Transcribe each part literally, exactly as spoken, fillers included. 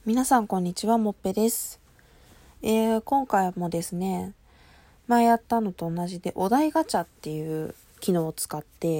皆さんこんにちは、もっぺです。えー、今回もですね、前やったのと同じでお題ガチャっていう機能を使って、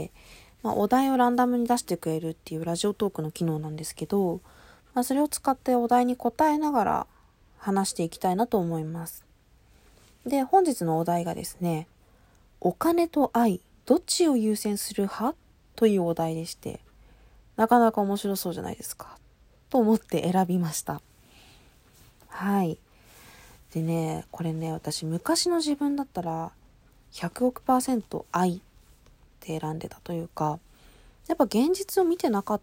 まあ、お題をランダムに出してくれるっていうラジオトークの機能なんですけど、まあ、それを使ってお題に答えながら話していきたいなと思います。で、本日のお題がですね、お金と愛、どっちを優先する派というお題でして、なかなか面白そうじゃないですかと思って選びました。はい。でね、これね、私昔の自分だったらひゃくおくパーセント愛って選んでたというか、やっぱ現実を見てなかった、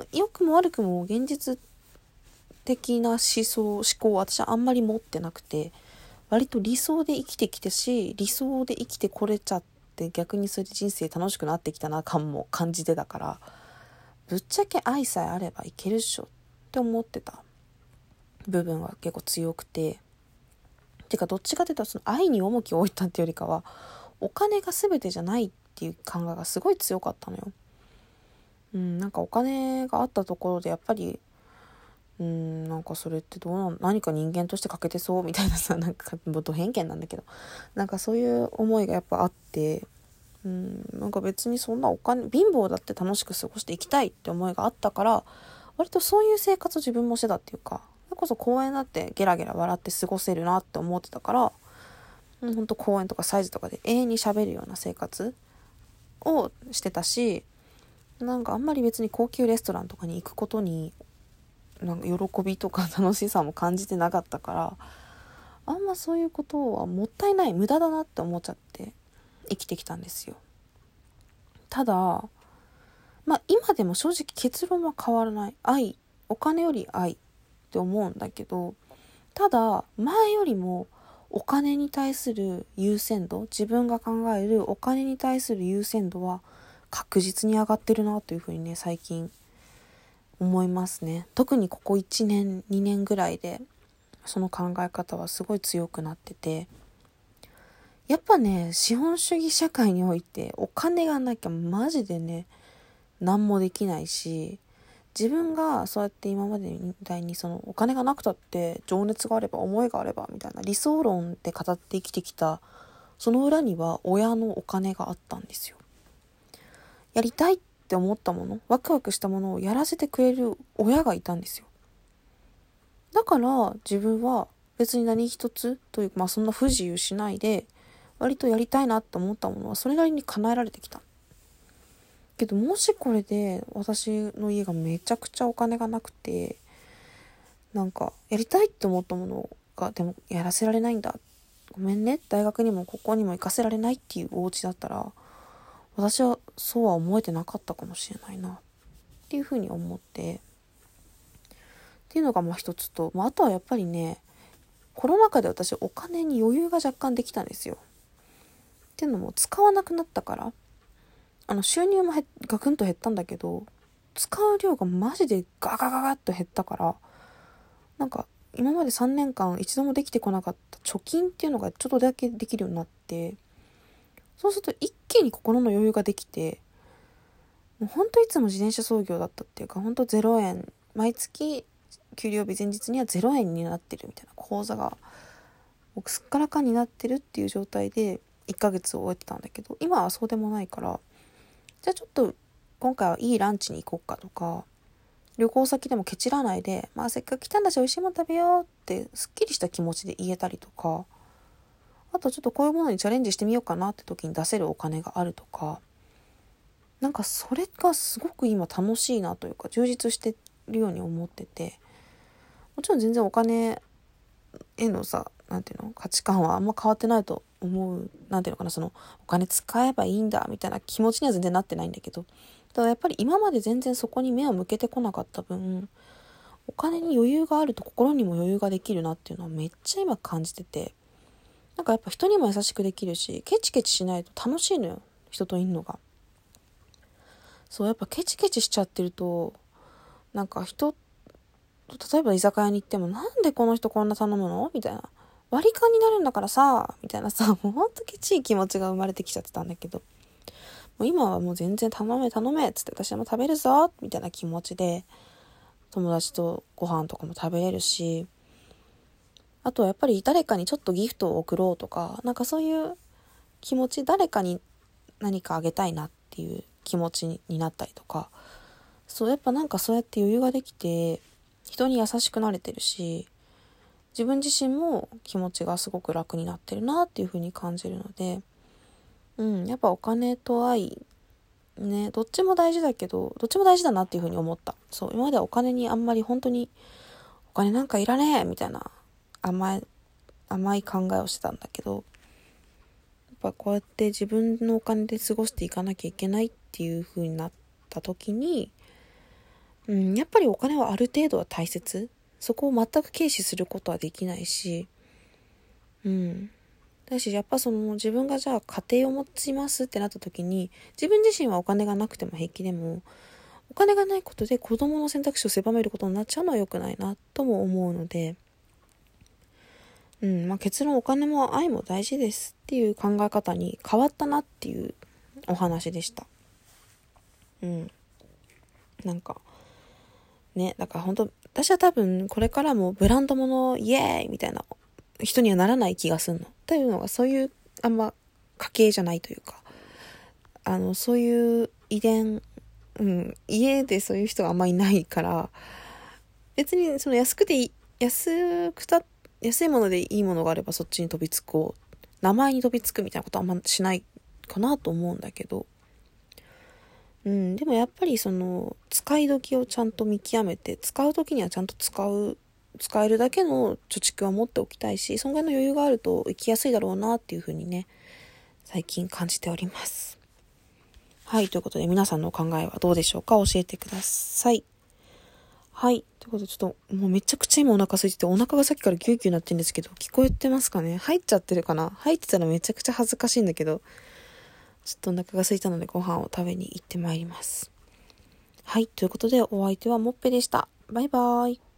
良くも悪くも現実的な思想、思考を私はあんまり持ってなくて、割と理想で生きてきてし、理想で生きてこれちゃって逆にそれで人生楽しくなってきたな感も感じてたから、ぶっちゃけ愛さえあればいけるっしょって思ってた部分は結構強くて、てかどっちかというとその愛に重きを置いたっていうよりかは、お金が全てじゃないっていう考えがすごい強かったのよ。うん、なんかお金があったところでやっぱり、うん、なんかそれってどうなの、何か人間として欠けてそうみたいなさ、なんかド偏見なんだけど、なんかそういう思いがやっぱあって、うん、なんか別にそんなお金、貧乏だって楽しく過ごしていきたいって思いがあったから、割とそういう生活を自分もしてたっていうか、それこそ公園だってゲラゲラ笑って過ごせるなって思ってたから、うん、ほんと公園とかサイズとかで永遠に喋るような生活をしてたし、なんかあんまり別に高級レストランとかに行くことになんか喜びとか楽しさも感じてなかったから、あんまそういうことはもったいない、無駄だなって思っちゃって生きてきたんですよ。ただまあ今でも正直結論は変わらない。愛、お金より愛って思うんだけど、ただ前よりもお金に対する優先度、自分が考えるお金に対する優先度は確実に上がってるなというふうにね、最近思いますね。特にここいちねんにねんぐらいでその考え方はすごい強くなってて、やっぱね、資本主義社会においてお金がなきゃマジでね何もできないし、自分がそうやって今までみたいにそのお金がなくたって情熱があれば思いがあればみたいな理想論で語って生きてきた、その裏には親のお金があったんですよ。やりたいって思ったもの、ワクワクしたものをやらせてくれる親がいたんですよ。だから自分は別に何一つというか、まあそんな不自由しないで割とやりたいなって思ったものはそれなりに叶えられてきたけど、もしこれで私の家がめちゃくちゃお金がなくて、なんかやりたいって思ったものがでもやらせられないんだ、ごめんね、大学にもここにも行かせられないっていうお家だったら、私はそうは思えてなかったかもしれないなっていうふうに思って、っていうのがまあ一つと、まあ、あとはやっぱりね、コロナ禍で私お金に余裕が若干できたんですよ。っていうのも使わなくなったから。あの収入もへガクンと減ったんだけど、使う量がマジでガガガガッと減ったから、なんか今までさんねんかん一度もできてこなかった貯金っていうのがちょっとだけできるようになって、そうすると一気に心の余裕ができて、もうほんといつも自転車操業だったっていうか、ほんとゼロえん、毎月給料日前日にはゼロえんになってるみたいな、口座が僕すっからかんになってるっていう状態でいっかげつを終えてたんだけど、今はそうでもないから、じゃあちょっと今回はいいランチに行こうかとか、旅行先でもケチらないで、まあせっかく来たんだし美味しいもの食べようってすっきりした気持ちで言えたりとか、あとちょっとこういうものにチャレンジしてみようかなって時に出せるお金があるとか、なんかそれがすごく今楽しいなというか、充実してるように思ってて、もちろん全然お金へのさ、なんていうの、価値観はあんま変わってないと思う。なんていうのかな、そのお金使えばいいんだみたいな気持ちには全然なってないんだけど、ただやっぱり今まで全然そこに目を向けてこなかった分、お金に余裕があると心にも余裕ができるなっていうのはめっちゃ今感じてて、なんかやっぱ人にも優しくできるし、ケチケチしないと楽しいのよ、人といんのが。そう、やっぱケチケチしちゃってると、なんか人、例えば居酒屋に行っても、なんでこの人こんな頼むのみたいな。割り勘になるんだからさ、みたいなさ、もうほんとケチい気持ちが生まれてきちゃってたんだけど、もう今はもう全然頼め頼めっつって、私も食べるぞみたいな気持ちで友達とご飯とかも食べれるし、あとはやっぱり誰かにちょっとギフトを送ろうとか、なんかそういう気持ち、誰かに何かあげたいなっていう気持ちになったりとか、そうやっぱなんかそうやって余裕ができて人に優しくなれてるし、自分自身も気持ちがすごく楽になってるなっていう風に感じるので、うん、やっぱお金と愛ね、どっちも大事だけど、どっちも大事だなっていう風に思った。そう、今まではお金にあんまり本当にお金なんかいらねえみたいな甘い甘い考えをしてたんだけど、やっぱこうやって自分のお金で過ごしていかなきゃいけないっていう風になった時に、うん、やっぱりお金はある程度は大切。そこを全く軽視することはできないし、うん。だし、やっぱその自分がじゃあ家庭を持ちますってなった時に、自分自身はお金がなくても平気でも、お金がないことで子供の選択肢を狭めることになっちゃうのは良くないなとも思うので、うん、まあ結論、お金も愛も大事ですっていう考え方に変わったなっていうお話でした。うん。なんか、ね、だから本当私は多分これからもブランド物イエーイみたいな人にはならない気がするの。というのがそういうあんま家系じゃないというか、あのそういう遺伝、うん、家でそういう人があんまいないから、別にその安くていい、安くた安いものでいいものがあればそっちに飛びつこう、名前に飛びつくみたいなことはあんましないかなと思うんだけど、うん、でもやっぱりその使い時をちゃんと見極めて、使う時にはちゃんと使う使えるだけの貯蓄は持っておきたいし、そんぐらいの余裕があると生きやすいだろうなっていう風にね、最近感じております。はい、ということで皆さんのお考えはどうでしょうか、教えてください。はい、ということでちょっともうめちゃくちゃ今お腹空いてて、お腹がさっきからギュウギュウなってるんですけど、聞こえてますかね。入っちゃってるかな。入ってたらめちゃくちゃ恥ずかしいんだけど、ちょっとお腹が空いたのでご飯を食べに行ってまいります。はい、ということでお相手はもっぺでした。バイバーイ。